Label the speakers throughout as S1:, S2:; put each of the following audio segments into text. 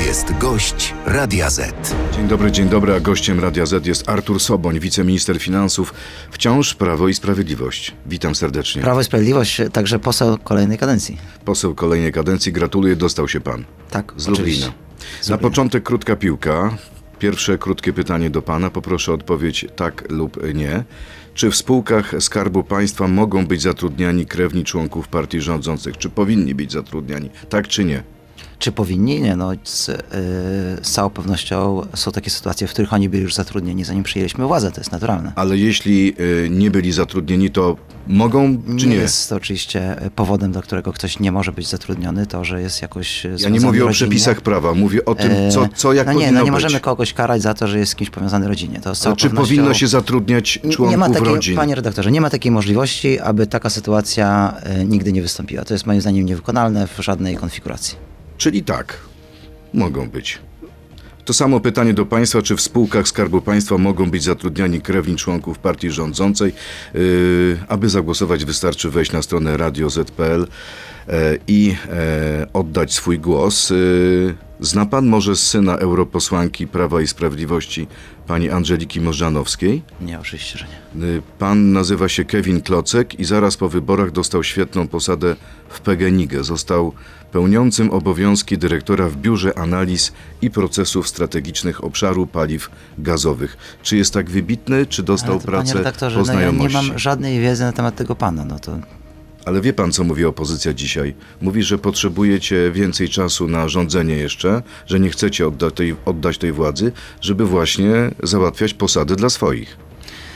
S1: jest gość Radia Z.
S2: Dzień dobry, a gościem Radia Z jest Artur Soboń, wiceminister finansów, wciąż Prawo i Sprawiedliwość. Witam serdecznie.
S3: Prawo i Sprawiedliwość, także poseł kolejnej kadencji.
S2: Poseł kolejnej kadencji, gratuluję, dostał się pan.
S3: Tak,
S2: z Lublina. Na początek krótka piłka. Pierwsze krótkie pytanie do pana, poproszę o odpowiedź tak lub nie. Czy w spółkach Skarbu Państwa mogą być zatrudniani krewni członków partii rządzących? Czy powinni być zatrudniani? Tak czy nie?
S3: Czy powinni? Nie, no, z całą pewnością są takie sytuacje, w których oni byli już zatrudnieni, zanim przyjęliśmy władzę, to jest naturalne.
S2: Ale jeśli nie byli zatrudnieni, to mogą czy nie?
S3: Nie jest to oczywiście powodem, dla którego ktoś nie może być zatrudniony, to, że jest jakoś
S2: Ja nie mówię o przepisach prawa, mówię o tym, jak powinno być.
S3: Nie możemy kogoś karać za to, że jest z kimś powiązany rodzinnie. To z całą
S2: czy
S3: pewnością...
S2: powinno się zatrudniać członków rodzin?
S3: Panie redaktorze, nie ma takiej możliwości, aby taka sytuacja nigdy nie wystąpiła. To jest moim zdaniem niewykonalne w żadnej konfiguracji.
S2: Czyli tak, mogą być. To samo pytanie do państwa, czy w spółkach Skarbu Państwa mogą być zatrudniani krewni członków partii rządzącej? Aby zagłosować, wystarczy wejść na stronę radio.z.pl i oddać swój głos. Zna pan może syna europosłanki Prawa i Sprawiedliwości, pani Andżeliki Możdżanowskiej?
S3: Nie, oczywiście, że nie.
S2: Pan nazywa się Kevin Klocek i zaraz po wyborach dostał świetną posadę w PGNiG. Został pełniącym obowiązki dyrektora w Biurze Analiz i Procesów Strategicznych Obszaru Paliw Gazowych. Czy jest tak wybitny, czy dostał pracę po znajomości?
S3: Ja nie mam żadnej wiedzy na temat tego pana.
S2: Ale wie pan, co mówi opozycja dzisiaj? Mówi, że potrzebujecie więcej czasu na rządzenie jeszcze, że nie chcecie oddać tej władzy, żeby właśnie załatwiać posady dla swoich.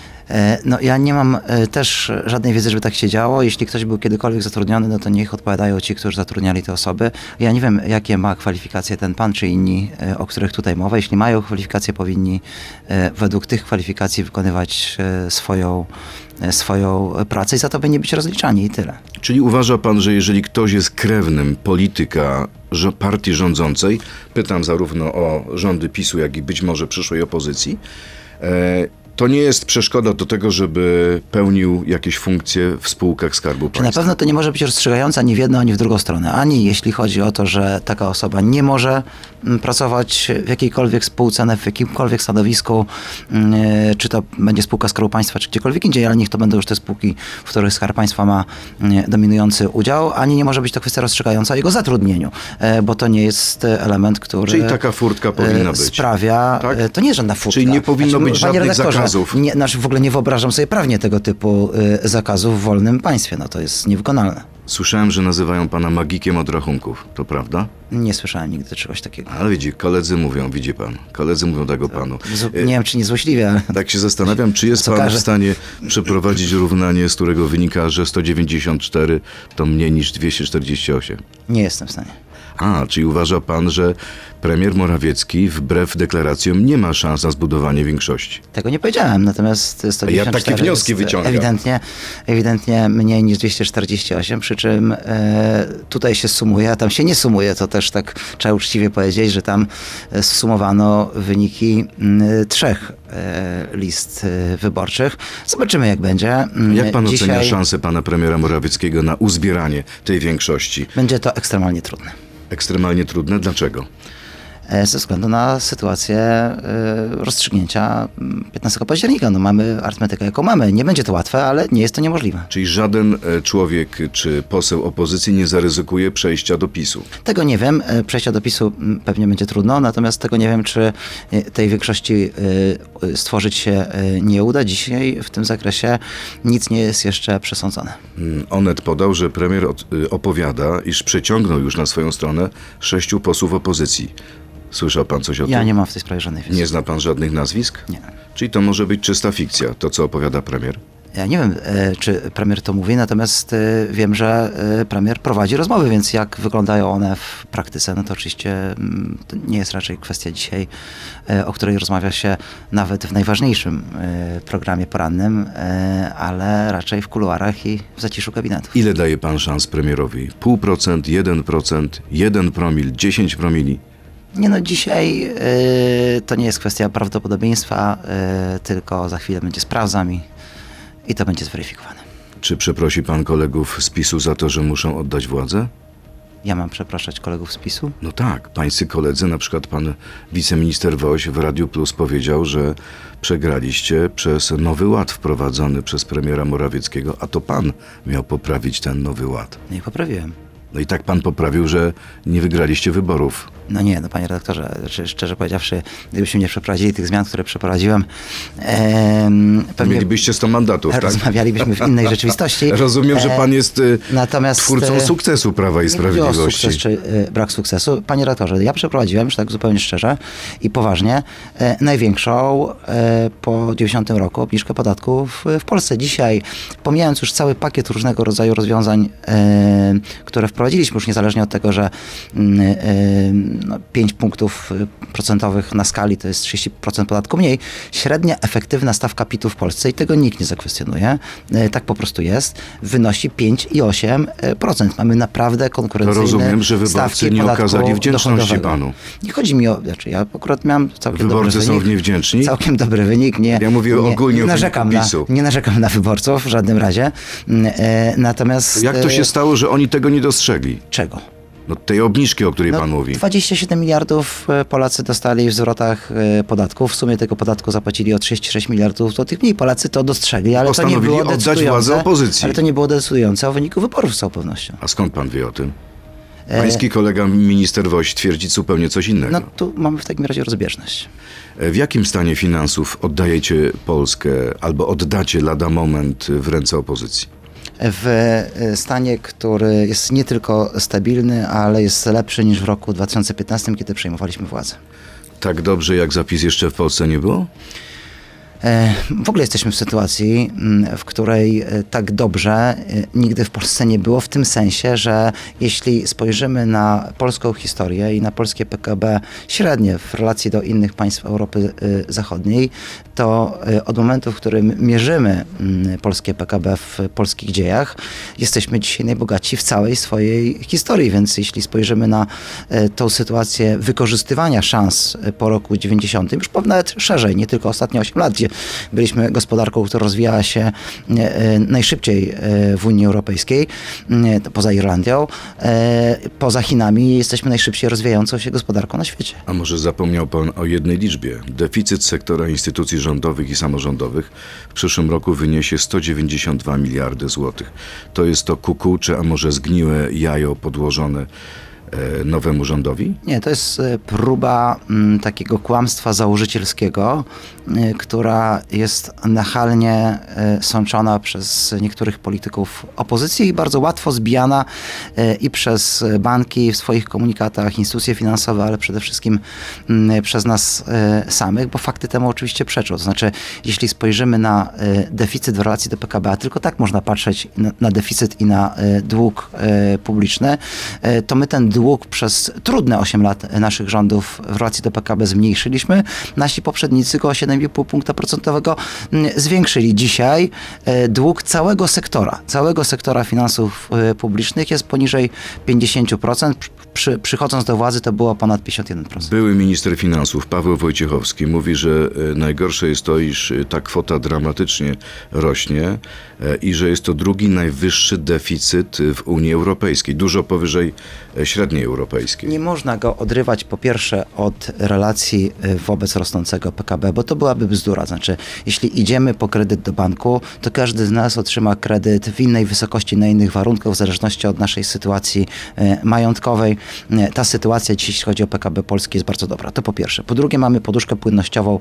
S3: No ja nie mam też żadnej wiedzy, żeby tak się działo. Jeśli ktoś był kiedykolwiek zatrudniony, no to niech odpowiadają ci, którzy zatrudniali te osoby. Ja nie wiem, jakie ma kwalifikacje ten pan czy inni, o których tutaj mowa. Jeśli mają kwalifikacje, powinni według tych kwalifikacji wykonywać swoją pracę i za to powinni być rozliczani i tyle.
S2: Czyli uważa pan, że jeżeli ktoś jest krewnym polityka partii rządzącej, pytam zarówno o rządy PiS-u, jak i być może przyszłej opozycji, to nie jest przeszkoda do tego, żeby pełnił jakieś funkcje w spółkach Skarbu Państwa.
S3: Na pewno to nie może być rozstrzygające ani w jedną, ani w drugą stronę. Ani jeśli chodzi o to, że taka osoba nie może pracować w jakiejkolwiek spółce, w jakimkolwiek stanowisku, czy to będzie spółka Skarbu Państwa, czy gdziekolwiek indziej, ale niech to będą już te spółki, w których Skarb Państwa ma dominujący udział, ani nie może być to kwestia rozstrzygająca o jego zatrudnieniu, bo to nie jest element, który...
S2: Czyli taka furtka powinna być.
S3: Sprawia... Tak? To nie jest żadna furtka.
S2: Czyli nie powinno być żadnych zakazów.
S3: W ogóle nie wyobrażam sobie prawnie tego typu zakazów w wolnym państwie. No to jest niewykonalne.
S2: Słyszałem, że nazywają pana magikiem od rachunków. To prawda?
S3: Nie słyszałem nigdy czegoś takiego.
S2: Ale widzi pan. Koledzy mówią tak o panu.
S3: Nie wiem, czy niezłośliwie, ale...
S2: Tak się zastanawiam, czy jest pan w stanie przeprowadzić równanie, z którego wynika, że 194 to mniej niż 248.
S3: Nie jestem w stanie.
S2: Czyli uważa pan, że premier Morawiecki wbrew deklaracjom nie ma szans na zbudowanie większości?
S3: Tego nie powiedziałem, natomiast 194
S2: ja takie wnioski wyciągam.
S3: Ewidentnie mniej niż 248, przy czym tutaj się sumuje, a tam się nie sumuje. To też tak trzeba uczciwie powiedzieć, że tam zsumowano wyniki 3 list wyborczych. Zobaczymy, jak będzie.
S2: Jak pan ocenia szansę pana premiera Morawieckiego na uzbieranie tej większości?
S3: Będzie to ekstremalnie trudne.
S2: Ekstremalnie trudne? Dlaczego?
S3: Ze względu na sytuację rozstrzygnięcia 15 października. No mamy arytmetykę, jaką mamy. Nie będzie to łatwe, ale nie jest to niemożliwe.
S2: Czyli żaden człowiek czy poseł opozycji nie zaryzykuje przejścia do PiS-u?
S3: Tego nie wiem. Przejścia do PiS-u pewnie będzie trudno, natomiast tego nie wiem, czy tej większości stworzyć się nie uda. Dzisiaj w tym zakresie nic nie jest jeszcze przesądzone.
S2: Onet podał, że premier opowiada, iż przeciągnął już na swoją stronę 6 posłów opozycji. Słyszał pan coś o tym?
S3: Ja nie mam w tej sprawie żadnej wiedzy.
S2: Nie zna pan żadnych nazwisk?
S3: Nie.
S2: Czyli to może być czysta fikcja, to co opowiada premier?
S3: Ja nie wiem, czy premier to mówi, natomiast wiem, że premier prowadzi rozmowy, więc jak wyglądają one w praktyce, no to oczywiście to nie jest raczej kwestia dzisiaj, o której rozmawia się nawet w najważniejszym programie porannym, ale raczej w kuluarach i w zaciszu gabinetów.
S2: Ile daje pan szans premierowi? 0,5%, 1%, 1 promil, 10 promili?
S3: Nie no, dzisiaj to nie jest kwestia prawdopodobieństwa, tylko za chwilę będzie sprawdzam i to będzie zweryfikowane.
S2: Czy przeprosi pan kolegów z PiS-u za to, że muszą oddać władzę?
S3: Ja mam przepraszać kolegów z PiS-u?
S2: No tak, pańscy koledzy, na przykład pan wiceminister Woś w Radiu Plus powiedział, że przegraliście przez Nowy Ład wprowadzony przez premiera Morawieckiego, a to pan miał poprawić ten Nowy Ład.
S3: Nie poprawiłem.
S2: No i tak pan poprawił, że nie wygraliście wyborów.
S3: No nie, no panie redaktorze, szczerze powiedziawszy, gdybyśmy nie przeprowadzili tych zmian, które przeprowadziłem, pewnie
S2: Mielibyście 100 mandatów, tak?
S3: rozmawialibyśmy w innej rzeczywistości.
S2: Rozumiem, że pan jest
S3: Natomiast
S2: twórcą sukcesu Prawa i
S3: nie chodzi o
S2: Sprawiedliwości.
S3: sukces czy brak sukcesu. Panie redaktorze, ja przeprowadziłem, już tak zupełnie szczerze i poważnie, największą po 90 roku obniżkę podatków w Polsce. Dzisiaj, pomijając już cały pakiet różnego rodzaju rozwiązań, które wprowadziliśmy, już niezależnie od tego, że 5 punktów procentowych na skali to jest 30% podatku mniej, średnia efektywna stawka PIT-u w Polsce, i tego nikt nie zakwestionuje, tak po prostu jest, wynosi 5,8%. Mamy naprawdę konkurencyjne
S2: Rozumiem, że wyborcy
S3: stawki
S2: nie
S3: podatku
S2: okazali wdzięczności
S3: dochodowego.
S2: panu.
S3: Nie chodzi mi o, ja akurat miałem całkiem dobry
S2: Wyborcy
S3: wynik.
S2: są niewdzięczni?
S3: Całkiem dobry wynik.
S2: Ja mówię ogólnie o
S3: narzekam
S2: wyniku PiS-u.
S3: nie narzekam na wyborców w żadnym razie. Natomiast...
S2: Jak to się stało, że oni tego nie dostrzegli?
S3: Czego?
S2: No tej obniżki, o której pan mówi.
S3: 27 miliardów Polacy dostali w zwrotach podatków. W sumie tego podatku zapłacili o 36 miliardów złotych mniej. Polacy to dostrzegli, ale to nie
S2: Postanowili
S3: było
S2: oddać
S3: decydujące.
S2: władzę opozycji.
S3: Ale to nie było decydujące o wyniku wyborów z całą pewnością.
S2: A skąd pan wie o tym? Pański kolega minister Woś twierdzi zupełnie coś innego.
S3: No tu mamy w takim razie rozbieżność.
S2: W jakim stanie finansów oddajecie Polskę albo oddacie lada moment w ręce opozycji?
S3: W stanie, który jest nie tylko stabilny, ale jest lepszy niż w roku 2015, kiedy przejmowaliśmy władzę.
S2: Tak dobrze, jak zapis jeszcze w Polsce nie było?
S3: W ogóle jesteśmy w sytuacji, w której tak dobrze nigdy w Polsce nie było, w tym sensie, że jeśli spojrzymy na polską historię i na polskie PKB średnie w relacji do innych państw Europy Zachodniej, to od momentu, w którym mierzymy polskie PKB w polskich dziejach, jesteśmy dzisiaj najbogatsi w całej swojej historii, więc jeśli spojrzymy na tą sytuację wykorzystywania szans po roku 90, już nawet szerzej, nie tylko ostatnie 8 lat, gdzie byliśmy gospodarką, która rozwijała się najszybciej w Unii Europejskiej, poza Irlandią, poza Chinami jesteśmy najszybciej rozwijającą się gospodarką na świecie.
S2: A może zapomniał pan o jednej liczbie? Deficyt sektora instytucji rządowych i samorządowych w przyszłym roku wyniesie 192 miliardy złotych. To jest to kukułcze, a może zgniłe jajo podłożone nowemu rządowi?
S3: Nie, to jest próba takiego kłamstwa założycielskiego, która jest nachalnie sączona przez niektórych polityków opozycji i bardzo łatwo zbijana i przez banki w swoich komunikatach, instytucje finansowe, ale przede wszystkim przez nas samych, bo fakty temu oczywiście przeczą. To znaczy, jeśli spojrzymy na deficyt w relacji do PKB, a tylko tak można patrzeć na deficyt i na dług publiczny, to my ten dług przez trudne 8 lat naszych rządów w relacji do PKB zmniejszyliśmy. Nasi poprzednicy go o 7,5 punkta procentowego zwiększyli. Dzisiaj dług całego sektora finansów publicznych jest poniżej 50%. Przychodząc do władzy to było ponad 51%.
S2: Były minister finansów Paweł Wojciechowski mówi, że najgorsze jest to, iż ta kwota dramatycznie rośnie i że jest to drugi najwyższy deficyt w Unii Europejskiej, dużo powyżej średniej europejskiej.
S3: Nie można go odrywać po pierwsze od relacji wobec rosnącego PKB, bo to byłaby bzdura. Znaczy, jeśli idziemy po kredyt do banku, to każdy z nas otrzyma kredyt w innej wysokości, na innych warunkach, w zależności od naszej sytuacji majątkowej. Ta sytuacja dziś, jeśli chodzi o PKB Polski, jest bardzo dobra. To po pierwsze. Po drugie, mamy poduszkę płynnościową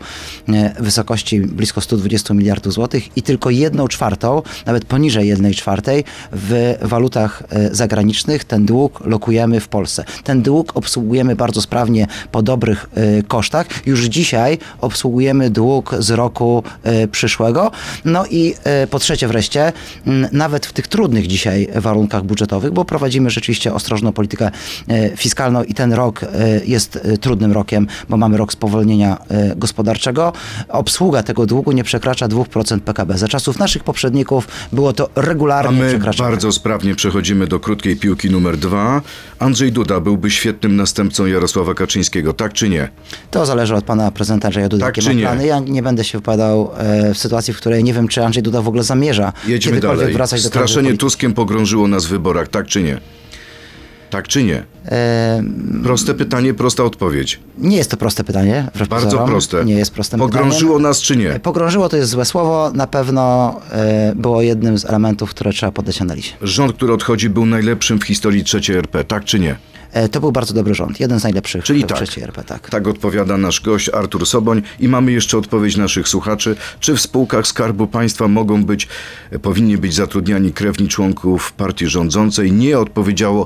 S3: w wysokości blisko 120 miliardów złotych i tylko 1/4, nawet poniżej 1/4 w walutach zagranicznych ten dług lokujemy w Polsce. Ten dług obsługujemy bardzo sprawnie po dobrych kosztach. Już dzisiaj obsługujemy dług z roku przyszłego. No i po trzecie wreszcie, nawet w tych trudnych dzisiaj warunkach budżetowych, bo prowadzimy rzeczywiście ostrożną politykę fiskalną i ten rok jest trudnym rokiem, bo mamy rok spowolnienia gospodarczego. Obsługa tego długu nie przekracza 2% PKB. Za czasów naszych poprzedników było to regularnie przekraczane.
S2: Bardzo sprawnie przechodzimy do krótkiej piłki numer 2. Andrzej Duda byłby świetnym następcą Jarosława Kaczyńskiego, tak czy nie?
S3: To zależy od pana prezydenta Andrzeja Dudy,
S2: Tak
S3: jakie
S2: czy
S3: ma
S2: nie?
S3: plany. Ja nie będę się wypowiadał w sytuacji, w której nie wiem, czy Andrzej Duda w ogóle zamierza
S2: Jedziemy
S3: kiedykolwiek
S2: dalej.
S3: wracać do
S2: Straszenie
S3: polityki.
S2: Tuskiem pogrążyło nas w wyborach, tak czy nie? Tak czy nie? Proste pytanie, prosta odpowiedź.
S3: Nie jest to proste pytanie. wbrew
S2: Bardzo
S3: pozorom.
S2: proste.
S3: Nie jest prostym
S2: Pogrążyło
S3: pytaniem.
S2: nas czy nie?
S3: Pogrążyło to jest złe słowo. Na pewno było jednym z elementów, które trzeba poddać analizie.
S2: Rząd, który odchodzi, był najlepszym w historii III RP, tak czy nie?
S3: To był bardzo dobry rząd. Jeden z najlepszych
S2: Czyli
S3: w
S2: tak.
S3: III RP. Tak.
S2: Tak odpowiada nasz gość Artur Soboń i mamy jeszcze odpowiedź naszych słuchaczy. Czy w spółkach Skarbu Państwa powinni być zatrudniani krewni członków partii rządzącej? Nie odpowiedziało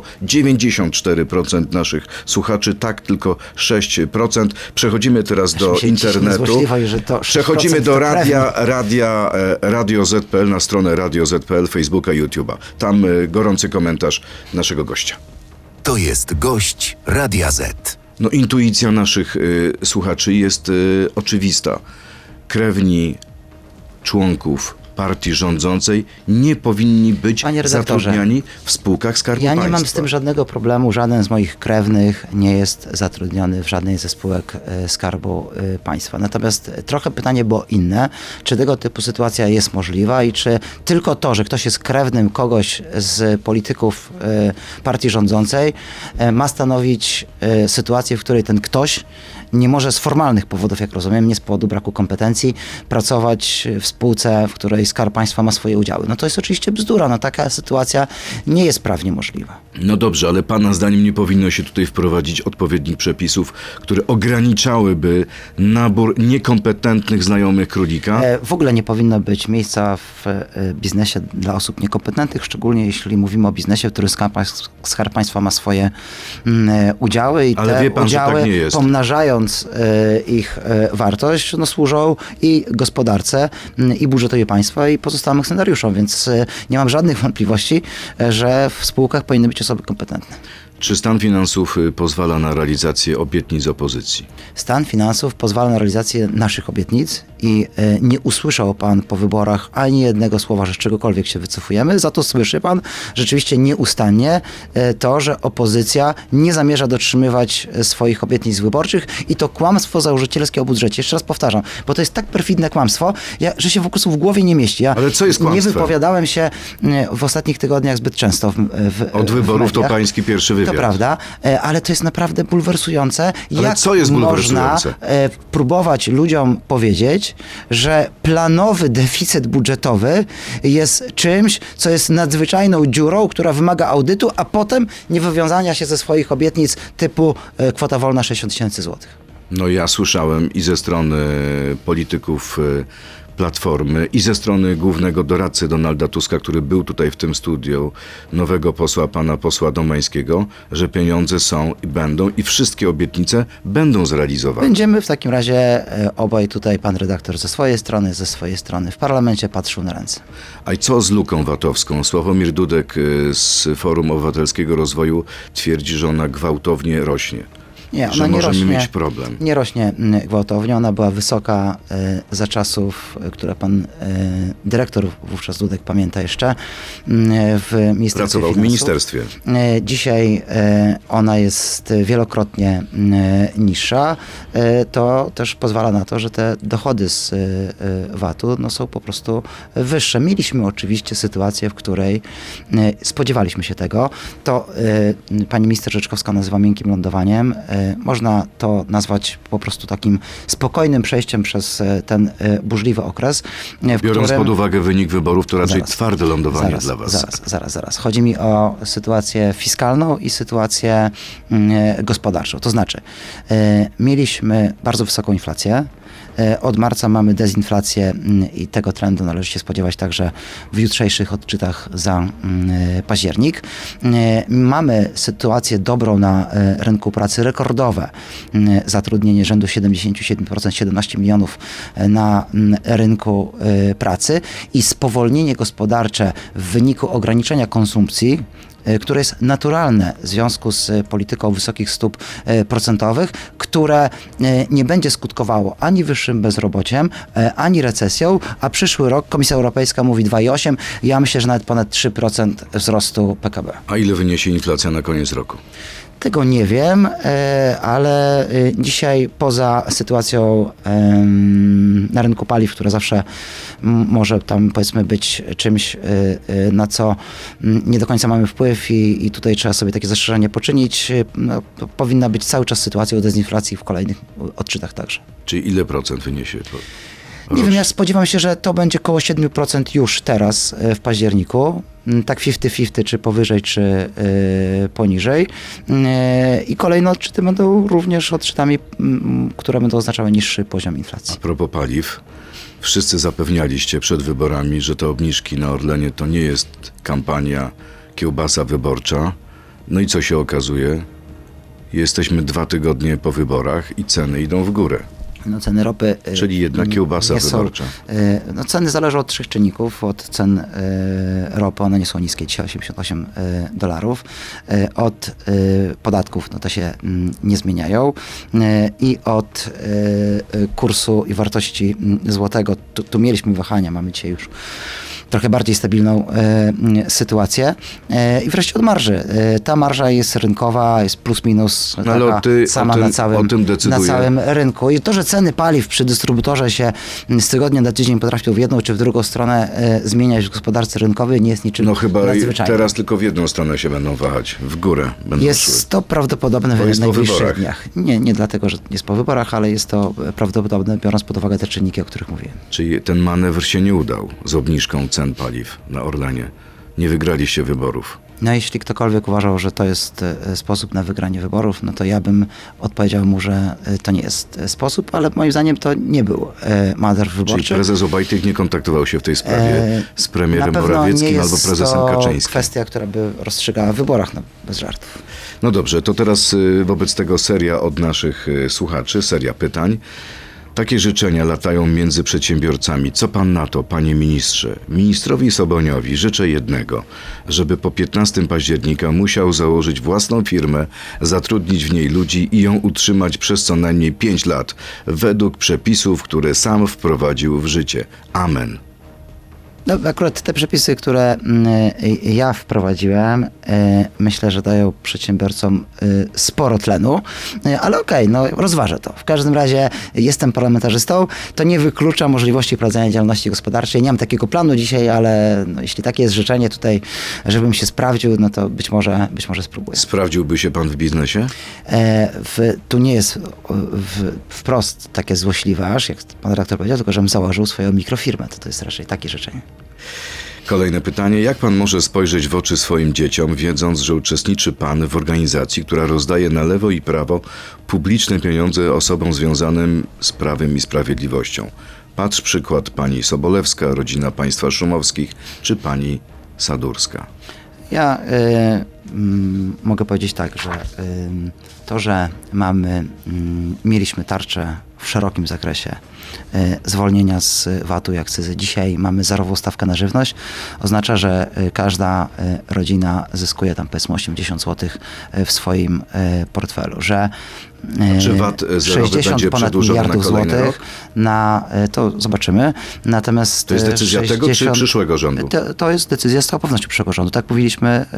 S2: 94% naszych słuchaczy, tak tylko 6%. Przechodzimy teraz do
S3: mi się ciśnie
S2: internetu.
S3: złośliwość, że to 6%
S2: Przechodzimy do
S3: to
S2: Radio Z.pl, na stronę Radio Z.pl, Facebooka, YouTube'a. Tam gorący komentarz naszego gościa.
S1: To jest gość Radia Z.
S2: No, intuicja naszych słuchaczy jest oczywista. Krewni członków partii rządzącej nie powinni być
S3: Panie redaktorze,
S2: zatrudniani w spółkach Skarbu Państwa.
S3: Ja nie mam z tym żadnego problemu. Żaden z moich krewnych nie jest zatrudniony w żadnej ze spółek Skarbu Państwa. Natomiast trochę pytanie było inne. Czy tego typu sytuacja jest możliwa i czy tylko to, że ktoś jest krewnym kogoś z polityków partii rządzącej, ma stanowić sytuację, w której ten ktoś nie może z formalnych powodów, jak rozumiem, nie z powodu braku kompetencji, pracować w spółce, w której Skarb Państwa ma swoje udziały. No to jest oczywiście bzdura. No taka sytuacja nie jest prawnie możliwa.
S2: No dobrze, ale pana zdaniem nie powinno się tutaj wprowadzić odpowiednich przepisów, które ograniczałyby nabór niekompetentnych znajomych królika?
S3: W ogóle nie powinno być miejsca w biznesie dla osób niekompetentnych, szczególnie jeśli mówimy o biznesie, w którym Skarb Państwa ma swoje udziały i
S2: Ale
S3: te
S2: wie pan, że
S3: udziały,
S2: tak nie jest.
S3: pomnażając ich wartość, no, służą i gospodarce, i budżetowi państwa, i pozostałym akcjonariuszom, więc nie mam żadnych wątpliwości, że w spółkach powinny być osoby kompetentne.
S2: Czy stan finansów pozwala na realizację obietnic opozycji?
S3: Stan finansów pozwala na realizację naszych obietnic i nie usłyszał pan po wyborach ani jednego słowa, że z czegokolwiek się wycofujemy. Za to słyszy pan rzeczywiście nieustannie to, że opozycja nie zamierza dotrzymywać swoich obietnic wyborczych i to kłamstwo założycielskie o budżecie. Jeszcze raz powtarzam, bo to jest tak perfidne kłamstwo, że się po prostu w głowie nie mieści.
S2: Ale co jest
S3: Nie
S2: kłamstwem?
S3: wypowiadałem się w ostatnich tygodniach zbyt często
S2: Od wyborów to
S3: mediach.
S2: pański pierwszy wywiad.
S3: To prawda, ale to jest naprawdę bulwersujące.
S2: Ale
S3: Jak
S2: co jest bulwersujące?
S3: można próbować ludziom powiedzieć, że planowy deficyt budżetowy jest czymś, co jest nadzwyczajną dziurą, która wymaga audytu, a potem niewywiązania się ze swoich obietnic typu kwota wolna 60 000 złotych.
S2: No ja słyszałem i ze strony polityków Platformy i ze strony głównego doradcy Donalda Tuska, który był tutaj w tym studiu, nowego posła, pana posła Domańskiego, że pieniądze są i będą i wszystkie obietnice będą zrealizowane.
S3: Będziemy w takim razie obaj tutaj, pan redaktor ze swojej strony w parlamencie patrzył na ręce.
S2: A i co z luką VAT-owską? Sławomir Dudek z Forum Obywatelskiego Rozwoju twierdzi, że ona gwałtownie rośnie.
S3: Nie,
S2: że
S3: ona nie
S2: możemy
S3: rośnie,
S2: mieć problem.
S3: Nie rośnie gwałtownie. Ona była wysoka za czasów, które pan dyrektor wówczas Dudek pamięta jeszcze, w Ministerstwie
S2: Pracował w
S3: Finansów.
S2: ministerstwie.
S3: Dzisiaj ona jest wielokrotnie niższa. To też pozwala na to, że te dochody z VAT-u no, są po prostu wyższe. Mieliśmy oczywiście sytuację, w której spodziewaliśmy się tego. To pani minister Rzeczkowska nazywa miękkim lądowaniem. Można to nazwać po prostu takim spokojnym przejściem przez ten burzliwy okres.
S2: Biorąc pod uwagę wynik wyborów, to raczej twarde lądowanie dla was.
S3: Zaraz. Chodzi mi o sytuację fiskalną i sytuację gospodarczą. To znaczy, mieliśmy bardzo wysoką inflację. Od marca mamy dezinflację i tego trendu należy się spodziewać także w jutrzejszych odczytach za październik. Mamy sytuację dobrą na rynku pracy, rekordowe zatrudnienie rzędu 77%, 17 milionów na rynku pracy i spowolnienie gospodarcze w wyniku ograniczenia konsumpcji, które jest naturalne w związku z polityką wysokich stóp procentowych, które nie będzie skutkowało ani wyższym bezrobociem, ani recesją, a przyszły rok Komisja Europejska mówi 2,8%, ja myślę, że nawet ponad 3% wzrostu PKB.
S2: A ile wyniesie inflacja na koniec roku?
S3: Tego nie wiem, ale dzisiaj poza sytuacją na rynku paliw, która zawsze może tam powiedzmy być czymś, na co nie do końca mamy wpływ i tutaj trzeba sobie takie zastrzeżenie poczynić, no, to powinna być cały czas sytuacja o dezinflacji w kolejnych odczytach także.
S2: Czyli ile procent wyniesie?
S3: Nie wiem, ja spodziewam się, że to będzie około 7% już teraz w październiku. Tak 50-50, czy powyżej, czy poniżej. I kolejne odczyty będą również odczytami, które będą oznaczały niższy poziom inflacji.
S2: A propos paliw, wszyscy zapewnialiście przed wyborami, że te obniżki na Orlenie to nie jest kampania kiełbasa wyborcza. No i co się okazuje? Jesteśmy 2 tygodnie po wyborach i ceny idą w górę.
S3: No, ceny ropy.
S2: Czyli jednak kiełbasa wyborcza.
S3: No, ceny zależą od 3 czynników. Od cen ropy, one nie są niskie, dzisiaj $88. Od podatków, no to się nie zmieniają. I od kursu i wartości złotego. Tu mieliśmy wahania, mamy dzisiaj już trochę bardziej stabilną sytuację. I wreszcie od marży. Ta marża jest rynkowa, jest plus minus taka sama na całym rynku. I to, że ceny paliw przy dystrybutorze się z tygodnia na tydzień potrafią w jedną czy w drugą stronę zmieniać w gospodarce rynkowej, nie jest niczym nadzwyczajnym.
S2: Teraz tylko w jedną stronę się będą wahać. W górę będą
S3: Jest
S2: szły.
S3: To prawdopodobne w najbliższych dniach. Nie dlatego, że jest po wyborach, ale jest to prawdopodobne, biorąc pod uwagę te czynniki, o których mówiłem.
S2: Czyli ten manewr się nie udał z obniżką cen paliw na Orlenie. Nie wygraliście wyborów.
S3: No jeśli ktokolwiek uważał, że to jest sposób na wygranie wyborów, no to ja bym odpowiedział mu, że to nie jest sposób, ale moim zdaniem to nie był manewr wyborczy.
S2: Czyli prezes Obajtek nie kontaktował się w tej sprawie z premierem Morawieckim albo prezesem Kaczyńskim.
S3: To nie jest kwestia, która by rozstrzygała w wyborach, no, bez żartów.
S2: No dobrze, to teraz wobec tego seria od naszych słuchaczy, seria pytań. Takie życzenia latają między przedsiębiorcami. Co pan na to, panie ministrze? Ministrowi Soboniowi życzę jednego, żeby po 15 października musiał założyć własną firmę, zatrudnić w niej ludzi i ją utrzymać przez co najmniej 5 lat, według przepisów, które sam wprowadził w życie. Amen.
S3: No, akurat te przepisy, które ja wprowadziłem, myślę, że dają przedsiębiorcom sporo tlenu, ale okej, no rozważę to. W każdym razie jestem parlamentarzystą, to nie wyklucza możliwości prowadzenia działalności gospodarczej. Nie mam takiego planu dzisiaj, ale no, jeśli takie jest życzenie tutaj, żebym się sprawdził, no to być może spróbuję.
S2: Sprawdziłby się pan w biznesie?
S3: Tu nie jest wprost takie złośliwe aż, jak pan redaktor powiedział, tylko żebym założył swoją mikrofirmę. To jest raczej takie życzenie.
S2: Kolejne pytanie. Jak pan może spojrzeć w oczy swoim dzieciom, wiedząc, że uczestniczy pan w organizacji, która rozdaje na lewo i prawo publiczne pieniądze osobom związanym z prawem i sprawiedliwością? Patrz przykład pani Sobolewska, rodzina państwa Szumowskich, czy pani Sadurska.
S3: Ja mogę powiedzieć tak, że to, że mieliśmy tarczę w szerokim zakresie zwolnienia z VAT-u i akcyzy. Dzisiaj mamy zerową stawkę na żywność. Oznacza, że każda rodzina zyskuje tam powiedzmy 80 zł w swoim portfelu, że
S2: czy VAT zerowy
S3: 60
S2: będzie
S3: ponad miliardów złotych to zobaczymy. Natomiast
S2: to jest decyzja
S3: 60,
S2: tego czy przyszłego rządu?
S3: To jest decyzja z całą pewnością przyszłego rządu. Tak mówiliśmy,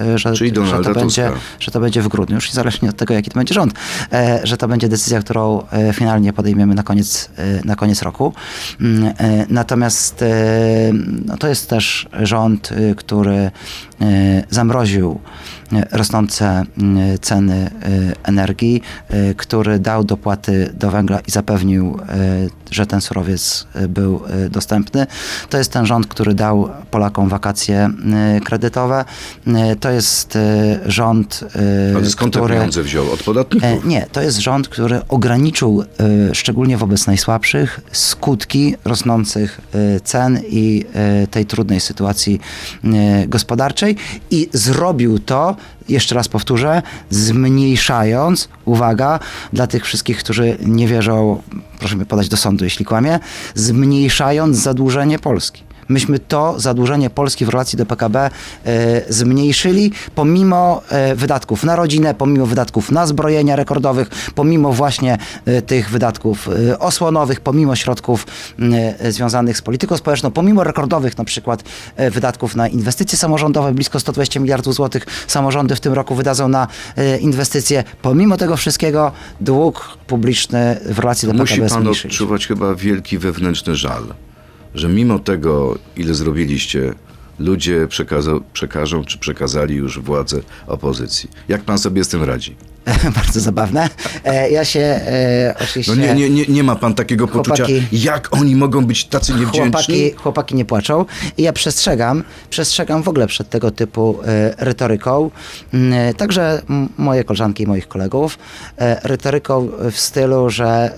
S3: że to będzie w grudniu, już niezależnie od tego, jaki to będzie rząd, że to będzie decyzja, którą finalnie podejmiemy na koniec roku. Natomiast no, to jest też rząd, który zamroził rosnące ceny energii, który dał dopłaty do węgla i zapewnił, że ten surowiec był dostępny. To jest ten rząd, który dał Polakom wakacje kredytowe. To jest rząd,
S2: ale skąd te pieniądze wziął? Od podatników?
S3: Nie, to jest rząd, który ograniczył, szczególnie wobec najsłabszych, skutki rosnących cen i tej trudnej sytuacji gospodarczej i zrobił to, jeszcze raz powtórzę, zmniejszając, uwaga, dla tych wszystkich, którzy nie wierzą, proszę mnie podać do sądu, jeśli kłamie, zmniejszając zadłużenie Polski. myśmy to zadłużenie Polski w relacji do PKB zmniejszyli, pomimo wydatków na rodzinę, pomimo wydatków na zbrojenia rekordowych, pomimo właśnie tych wydatków osłonowych, pomimo środków związanych z polityką społeczną, pomimo rekordowych na przykład wydatków na inwestycje samorządowe, blisko 120 miliardów złotych samorządy w tym roku wydadzą na inwestycje. Pomimo tego wszystkiego dług publiczny w relacji do PKB
S2: Musi pan
S3: zmniejszyliśmy.
S2: odczuwać chyba wielki wewnętrzny żal, że mimo tego, ile zrobiliście, ludzie przekażą czy przekazali już władzę opozycji. Jak pan sobie z tym radzi?
S3: Bardzo zabawne. Ja się oczywiście...
S2: No nie ma pan takiego poczucia, jak oni mogą być tacy niewdzięczni?
S3: Chłopaki nie płaczą. I ja przestrzegam w ogóle przed tego typu retoryką. Także moje koleżanki i moich kolegów. Retoryką w stylu, że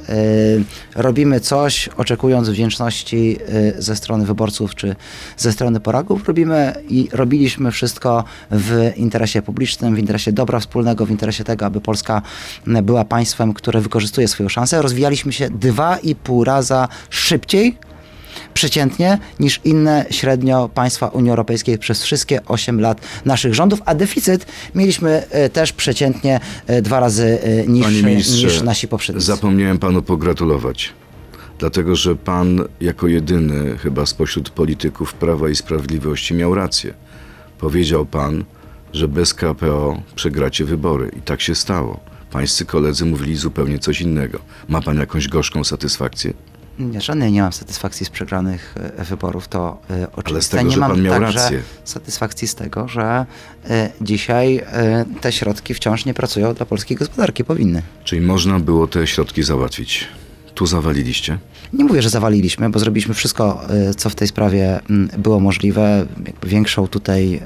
S3: robimy coś, oczekując wdzięczności ze strony wyborców czy ze strony Polaków. Robiliśmy wszystko w interesie publicznym, w interesie dobra wspólnego, w interesie tego, aby Polska była państwem, które wykorzystuje swoją szansę. Rozwijaliśmy się 2,5 raza szybciej przeciętnie niż inne średnio państwa Unii Europejskiej przez wszystkie 8 lat naszych rządów, a deficyt mieliśmy też przeciętnie 2 razy niższy niż nasi poprzednicy.
S2: Zapomniałem panu pogratulować. Dlatego, że pan jako jedyny chyba spośród polityków Prawa i Sprawiedliwości miał rację. Powiedział pan, że bez KPO przegracie wybory. I tak się stało. Pańscy koledzy mówili zupełnie coś innego. Ma pan jakąś gorzką satysfakcję?
S3: Nie, żadnej nie mam satysfakcji z przegranych wyborów, to oczywiście.
S2: Ale z tego,
S3: nie
S2: że
S3: mam
S2: pan miał
S3: także
S2: rację.
S3: Satysfakcji z tego, że dzisiaj te środki wciąż nie pracują dla polskiej gospodarki. Powinny.
S2: Czyli można było te środki załatwić. Tu zawaliliście?
S3: Nie mówię, że zawaliliśmy, bo zrobiliśmy wszystko, co w tej sprawie było możliwe. Jakby większą tutaj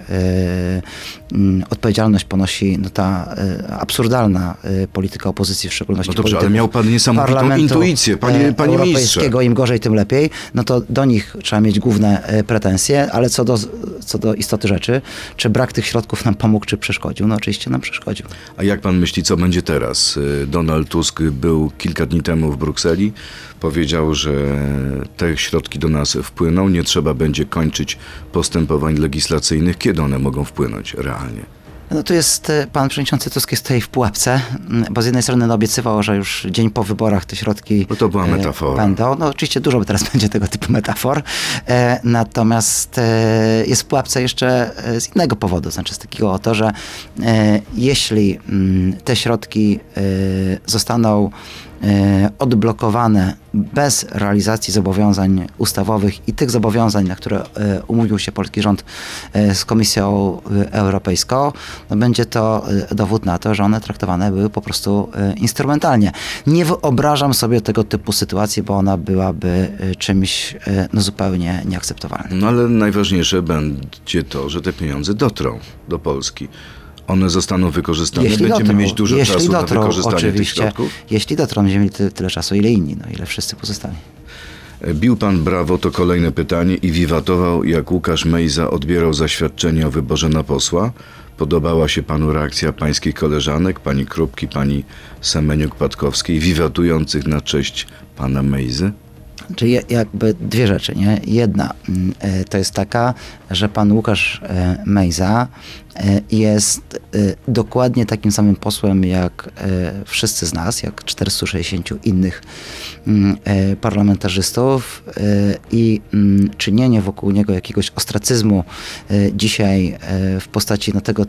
S3: odpowiedzialność ponosi ta absurdalna polityka opozycji, w szczególności
S2: No dobrze, ale miał pan niesamowitą intuicję, panie ministrze.
S3: Im gorzej, tym lepiej. No to do nich trzeba mieć główne pretensje, ale co do istoty rzeczy, czy brak tych środków nam pomógł, czy przeszkodził? No oczywiście nam przeszkodził.
S2: A jak pan myśli, co będzie teraz? Donald Tusk był kilka dni temu w Brukseli, powiedział, że te środki do nas wpłyną, nie trzeba będzie kończyć postępowań legislacyjnych. Kiedy one mogą wpłynąć realnie?
S3: No tu jest, pan przewodniczący Tusk jest tutaj w pułapce, bo z jednej strony obiecywał, że już dzień po wyborach te środki
S2: No to była metafora.
S3: będą. No oczywiście dużo teraz będzie tego typu metafor. Natomiast jest w pułapce jeszcze z innego powodu, znaczy z takiego oto, że jeśli te środki zostaną odblokowane bez realizacji zobowiązań ustawowych i tych zobowiązań, na które umówił się polski rząd z Komisją Europejską, no będzie to dowód na to, że one traktowane były po prostu instrumentalnie. Nie wyobrażam sobie tego typu sytuacji, bo ona byłaby czymś zupełnie nieakceptowalnym.
S2: No ale najważniejsze będzie to, że te pieniądze dotrą do Polski. One zostaną wykorzystane. Będziemy mieć dużo czasu na wykorzystanie tych środków.
S3: Jeśli dotrą, będziemy mieli tyle czasu, ile inni, ile wszyscy pozostali.
S2: Bił pan brawo, to kolejne pytanie, i wiwatował, jak Łukasz Mejza odbierał zaświadczenie o wyborze na posła. Podobała się panu reakcja pańskich koleżanek, pani Krupki, pani Semeniuk-Patkowskiej, wiwatujących na cześć pana Mejzy?
S3: Czyli jakby dwie rzeczy, nie? Jedna to jest taka, że pan Łukasz Mejza jest dokładnie takim samym posłem jak wszyscy z nas, jak 460 innych parlamentarzystów i czynienie wokół niego jakiegoś ostracyzmu dzisiaj w postaci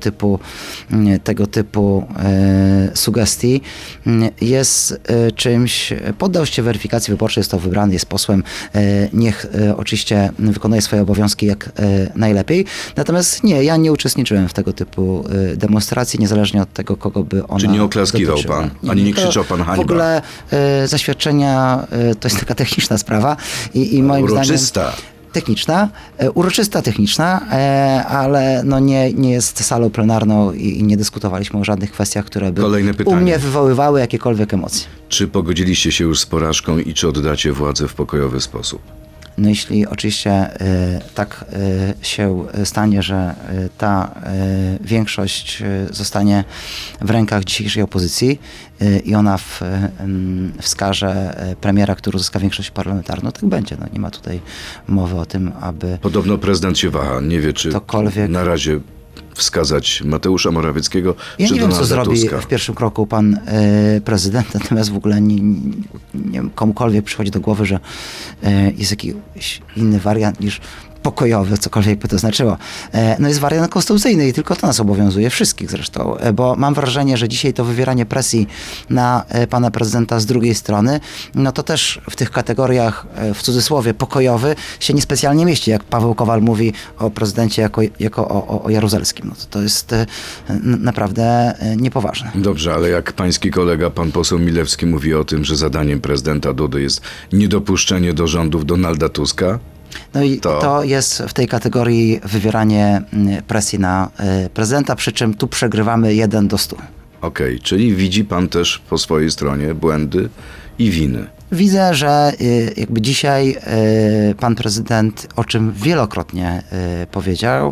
S3: tego typu sugestii jest czymś, poddał się weryfikacji wyborczej, został wybrany, jest posłem, niech oczywiście wykonuje swoje obowiązki jak najlepiej. Natomiast ja nie uczestniczyłem w tego typu demonstracji, niezależnie od tego, kogo by ona
S2: Czy nie oklaskiwał
S3: dotyczyła.
S2: pan? Ani nie krzyczał pan hańba?
S3: W ogóle zaświadczenia to jest taka techniczna sprawa i moim
S2: uroczysta.
S3: zdaniem... Uroczysta, techniczna, ale nie jest salą plenarną i nie dyskutowaliśmy o żadnych kwestiach, które by u mnie wywoływały jakiekolwiek emocje.
S2: Czy pogodziliście się już z porażką i czy oddacie władzę w pokojowy sposób?
S3: No jeśli oczywiście tak się stanie, że ta większość zostanie w rękach dzisiejszej opozycji i ona wskaże premiera, który uzyska większość parlamentarną, tak będzie. No, nie ma tutaj mowy o tym, aby...
S2: Podobno prezydent się waha. Nie wie, czy na razie wskazać Mateusza Morawieckiego,
S3: ja
S2: czy
S3: nie wiem,
S2: Donalda
S3: co zrobi
S2: Tuska.
S3: w pierwszym kroku pan prezydent, natomiast w ogóle nie komukolwiek przychodzi do głowy, że jest jakiś inny wariant niż pokojowy, cokolwiek by to znaczyło. No jest wariant konstytucyjny i tylko to nas obowiązuje, wszystkich zresztą, bo mam wrażenie, że dzisiaj to wywieranie presji na pana prezydenta z drugiej strony, no to też w tych kategoriach, w cudzysłowie, pokojowy się niespecjalnie mieści, jak Paweł Kowal mówi o prezydencie jako o Jaruzelskim. No to jest naprawdę niepoważne.
S2: Dobrze, ale jak pański kolega, pan poseł Milewski mówi o tym, że zadaniem prezydenta Dudy jest niedopuszczenie do rządów Donalda Tuska,
S3: no i to jest w tej kategorii wywieranie presji na prezydenta, przy czym tu przegrywamy 1:100.
S2: Okej, czyli widzi pan też po swojej stronie błędy i winy.
S3: Widzę, że jakby dzisiaj pan prezydent, o czym wielokrotnie powiedział,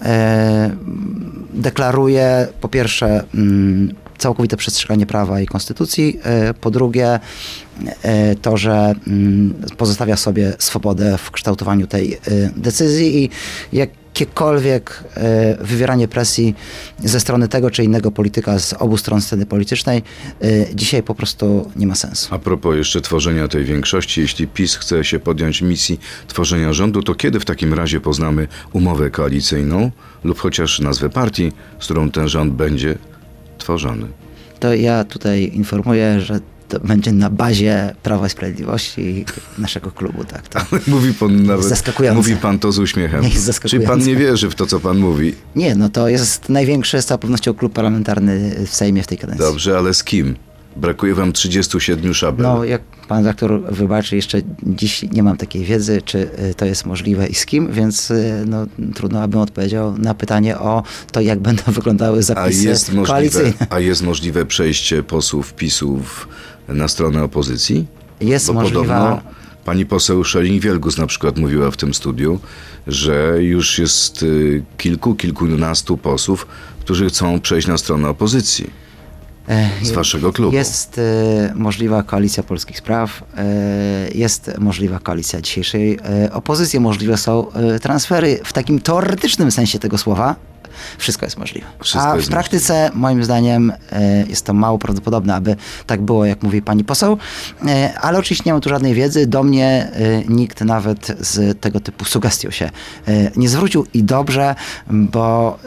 S3: deklaruje po pierwsze całkowite przestrzeganie prawa i konstytucji, po drugie to, że pozostawia sobie swobodę w kształtowaniu tej decyzji i jakiekolwiek wywieranie presji ze strony tego czy innego polityka z obu stron sceny politycznej dzisiaj po prostu nie ma sensu.
S2: A propos jeszcze tworzenia tej większości, jeśli PiS chce się podjąć misji tworzenia rządu, to kiedy w takim razie poznamy umowę koalicyjną lub chociaż nazwę partii, z którą ten rząd będzie tworzony?
S3: To ja tutaj informuję, że to będzie na bazie Prawa i Sprawiedliwości i naszego klubu, tak. To
S2: mówi pan nawet,
S3: zaskakujące.
S2: mówi pan to z uśmiechem.
S3: Jest zaskakujące.
S2: Czy pan nie wierzy w to, co pan mówi?
S3: Nie, no to jest największy z całą pewnością klub parlamentarny w Sejmie w tej kadencji.
S2: Dobrze, ale z kim? Brakuje wam 37 szabel.
S3: No, jak pan redaktor wybaczy, jeszcze dziś nie mam takiej wiedzy, czy to jest możliwe i z kim, więc no, trudno, abym odpowiedział na pytanie o to, jak będą wyglądały zapisy koalicyjne.
S2: A jest możliwe przejście posłów PiS-ów na stronę opozycji?
S3: Jest możliwe.
S2: Podobno pani poseł Scheuring-Wielgus na przykład mówiła w tym studiu, że już jest kilkunastu posłów, którzy chcą przejść na stronę opozycji. Z waszego klubu.
S3: Jest możliwa koalicja polskich spraw, jest możliwa koalicja dzisiejszej opozycji, możliwe są transfery w takim teoretycznym sensie tego słowa. Wszystko jest możliwe. A w praktyce, moim zdaniem, jest to mało prawdopodobne, aby tak było, jak mówi pani poseł. Ale oczywiście nie mam tu żadnej wiedzy. Do mnie nikt nawet z tego typu sugestią się nie zwrócił i dobrze, bo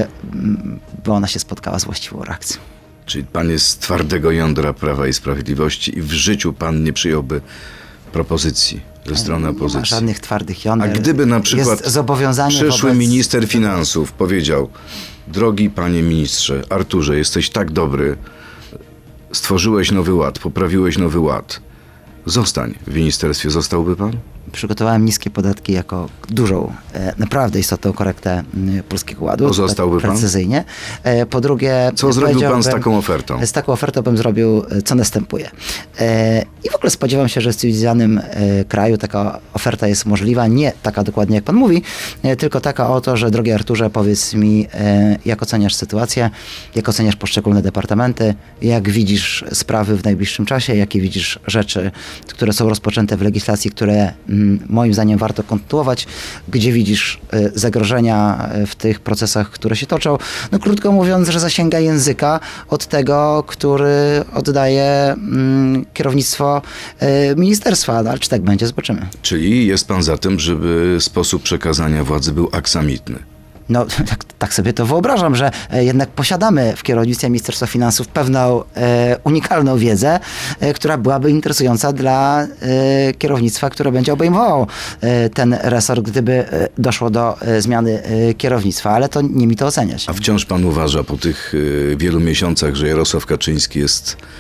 S3: ona się spotkała z właściwą reakcją.
S2: Czyli pan jest z twardego jądra Prawa i Sprawiedliwości i w życiu pan nie przyjąłby propozycji ze strony opozycji.
S3: Nie ma żadnych twardych jąder.
S2: A gdyby na przykład przyszły minister finansów powiedział: drogi panie ministrze, Arturze, jesteś tak dobry, stworzyłeś nowy ład, poprawiłeś nowy ład, zostań w ministerstwie, zostałby pan?
S3: Przygotowałem niskie podatki jako dużą, naprawdę istotną korektę Polskiego Ładu.
S2: Zostałby pan?
S3: Precyzyjnie. Po drugie...
S2: Co zrobił pan z taką ofertą?
S3: Z taką ofertą bym zrobił, co następuje. I w ogóle spodziewam się, że w cywilizowanym kraju taka oferta jest możliwa. Nie taka dokładnie, jak pan mówi, tylko taka o to, że drogi Arturze, powiedz mi, jak oceniasz sytuację, jak oceniasz poszczególne departamenty, jak widzisz sprawy w najbliższym czasie, jakie widzisz rzeczy, które są rozpoczęte w legislacji, które moim zdaniem warto kontynuować, gdzie widzisz zagrożenia w tych procesach, które się toczą. No krótko mówiąc, że zasięga języka od tego, który oddaje kierownictwo ministerstwa. No, ale czy tak będzie? Zobaczymy.
S2: Czyli jest pan za tym, żeby sposób przekazania władzy był aksamitny?
S3: No, tak sobie to wyobrażam, że jednak posiadamy w kierownictwie Ministerstwa Finansów pewną unikalną wiedzę, która byłaby interesująca dla kierownictwa, które będzie obejmowało ten resort, gdyby doszło do zmiany kierownictwa, ale to nie mi to oceniać.
S2: A wciąż pan uważa po tych wielu miesiącach, że Jarosław Kaczyński jest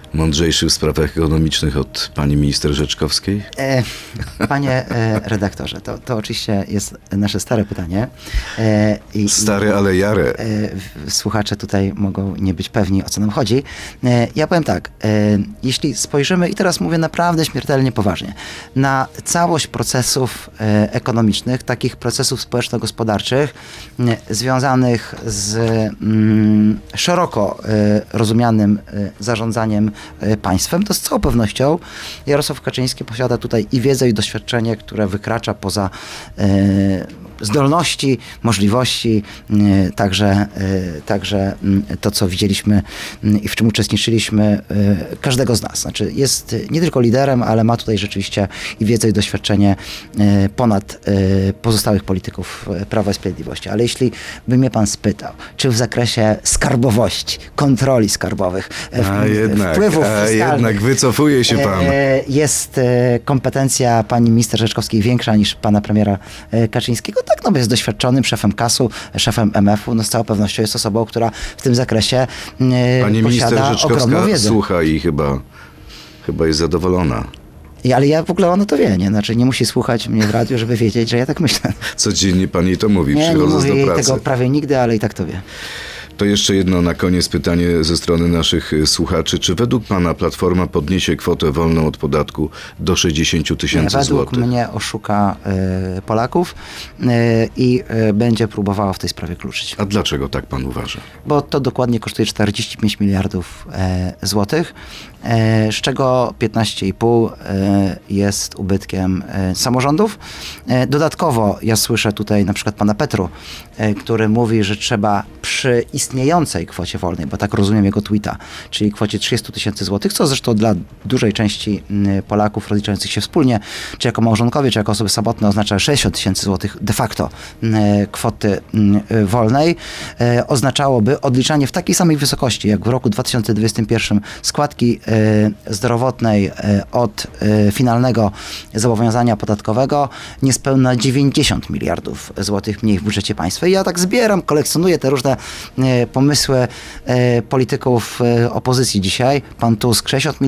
S2: Mądrzejszy w sprawach ekonomicznych od pani minister Rzeczkowskiej?
S3: Panie redaktorze, to oczywiście jest nasze stare pytanie.
S2: Stare, ale jare.
S3: Słuchacze tutaj mogą nie być pewni, o co nam chodzi. Ja powiem tak, jeśli spojrzymy, i teraz mówię naprawdę śmiertelnie poważnie, na całość procesów ekonomicznych, takich procesów społeczno-gospodarczych związanych z szeroko rozumianym zarządzaniem państwem, to z całą pewnością Jarosław Kaczyński posiada tutaj i wiedzę, i doświadczenie, które wykracza poza zdolności, możliwości, także to, co widzieliśmy i w czym uczestniczyliśmy każdego z nas. Znaczy jest nie tylko liderem, ale ma tutaj rzeczywiście i wiedzę, i doświadczenie ponad pozostałych polityków Prawa i Sprawiedliwości. Ale jeśli by mnie pan spytał, czy w zakresie skarbowości, kontroli skarbowych, wpływów fiskalnych,
S2: jednak wycofuje się pan.
S3: Jest kompetencja pani minister Rzeczkowskiej większa niż pana premiera Kaczyńskiego, tak, no bo jest doświadczonym szefem KAS-u, szefem MF-u, no z całą pewnością jest osobą, która w tym zakresie
S2: pani minister
S3: posiada ogromną
S2: Rzeczkowska
S3: wiedzę.
S2: słucha i chyba jest zadowolona.
S3: Ale ja w ogóle ona to wie, nie? Znaczy nie musi słuchać mnie w radiu, żeby wiedzieć, że ja tak myślę.
S2: Codziennie pan jej to mówi,
S3: Nie
S2: przychodząc
S3: mówię
S2: do
S3: jej
S2: pracy.
S3: tego prawie nigdy, ale i tak to wie.
S2: To jeszcze jedno na koniec pytanie ze strony naszych słuchaczy. Czy według pana Platforma podniesie kwotę wolną od podatku do 60 000
S3: Według
S2: złotych?
S3: mnie oszuka Polaków i będzie próbowała w tej sprawie kluczyć.
S2: A dlaczego tak pan uważa?
S3: Bo to dokładnie kosztuje 45 miliardów złotych, z czego 15,5 jest ubytkiem samorządów. Dodatkowo ja słyszę tutaj na przykład pana Petru, który mówi, że trzeba przy istniejącej kwocie wolnej, bo tak rozumiem jego tweeta, czyli kwocie 30 000 złotych, co zresztą dla dużej części Polaków rozliczających się wspólnie, czy jako małżonkowie, czy jako osoby samotne oznacza 60 000 złotych de facto kwoty wolnej, oznaczałoby odliczanie w takiej samej wysokości jak w roku 2021 składki zdrowotnej od finalnego zobowiązania podatkowego niespełna 90 miliardów złotych mniej w budżecie państwa. I ja tak zbieram, kolekcjonuję te różne pomysły polityków opozycji dzisiaj. Pan Tusk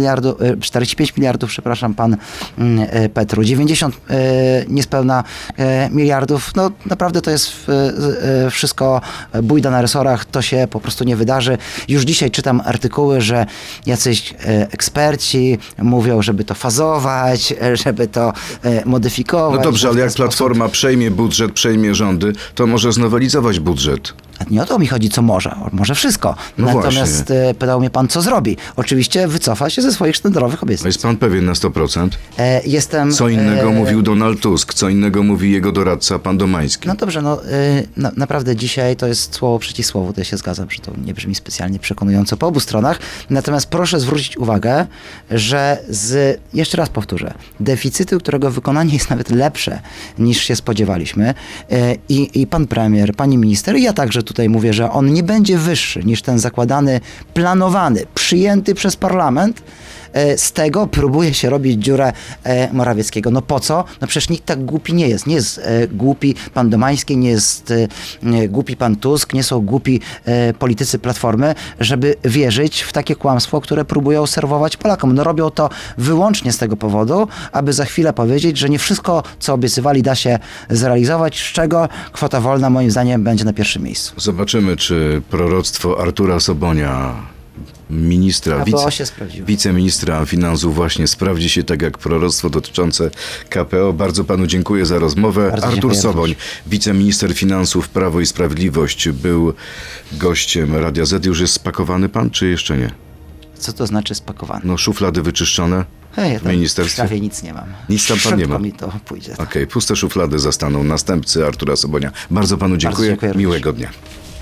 S3: 45 miliardów, przepraszam, pan Petru 90 niespełna miliardów. No naprawdę to jest wszystko bójda na resorach, to się po prostu nie wydarzy. Już dzisiaj czytam artykuły, że jacyś eksperci mówią, żeby to fazować, żeby to modyfikować.
S2: No dobrze, ale jak Platforma przejmie budżet, przejmie rządy, to może znowelizować budżet.
S3: Nie o to mi chodzi, co może wszystko.
S2: No
S3: Natomiast
S2: właśnie.
S3: pytał mnie pan, co zrobi. Oczywiście wycofa się ze swoich sztandarowych
S2: A
S3: obietnic.
S2: jest pan pewien na 100%?
S3: Jestem...
S2: Co innego mówił Donald Tusk, co innego mówi jego doradca, pan Domański.
S3: No dobrze, naprawdę dzisiaj to jest słowo przeciw słowu, to ja się zgadzam, że to nie brzmi specjalnie przekonująco po obu stronach. Natomiast proszę zwrócić uwagę, że jeszcze raz powtórzę, deficytu, którego wykonanie jest nawet lepsze niż się spodziewaliśmy i pan premier, pani minister, ja także tutaj mówię, że on nie będzie wyższy niż ten zakładany, planowany, przyjęty przez parlament. Z tego próbuje się robić dziurę Morawieckiego. No po co? No przecież nikt tak głupi nie jest. Nie jest głupi pan Domański, nie jest głupi pan Tusk, nie są głupi politycy Platformy, żeby wierzyć w takie kłamstwo, które próbują serwować Polakom. No robią to wyłącznie z tego powodu, aby za chwilę powiedzieć, że nie wszystko, co obiecywali, da się zrealizować, z czego kwota wolna moim zdaniem będzie na pierwszym miejscu.
S2: Zobaczymy, czy proroctwo Artura Sobonia, ministra, wiceministra finansów właśnie sprawdzi się tak jak proroctwo dotyczące KPO. Bardzo panu dziękuję za rozmowę. Artur Soboń, wiceminister finansów Prawo i Sprawiedliwość, był gościem Radia Z. Już jest spakowany pan, czy jeszcze nie?
S3: Co to znaczy spakowany?
S2: No szuflady wyczyszczone w ministerstwie?
S3: Prawie nic nie mam.
S2: Nic tam pan nie ma?
S3: mi to pójdzie.
S2: Okej, puste szuflady zastaną następcy Artura Sobonia. Bardzo panu dziękuję.
S3: Bardzo dziękuję.
S2: Miłego dnia.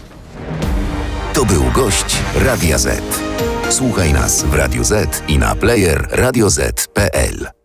S1: To był gość Radia Z. Słuchaj nas w Radio Z i na player radioz.pl.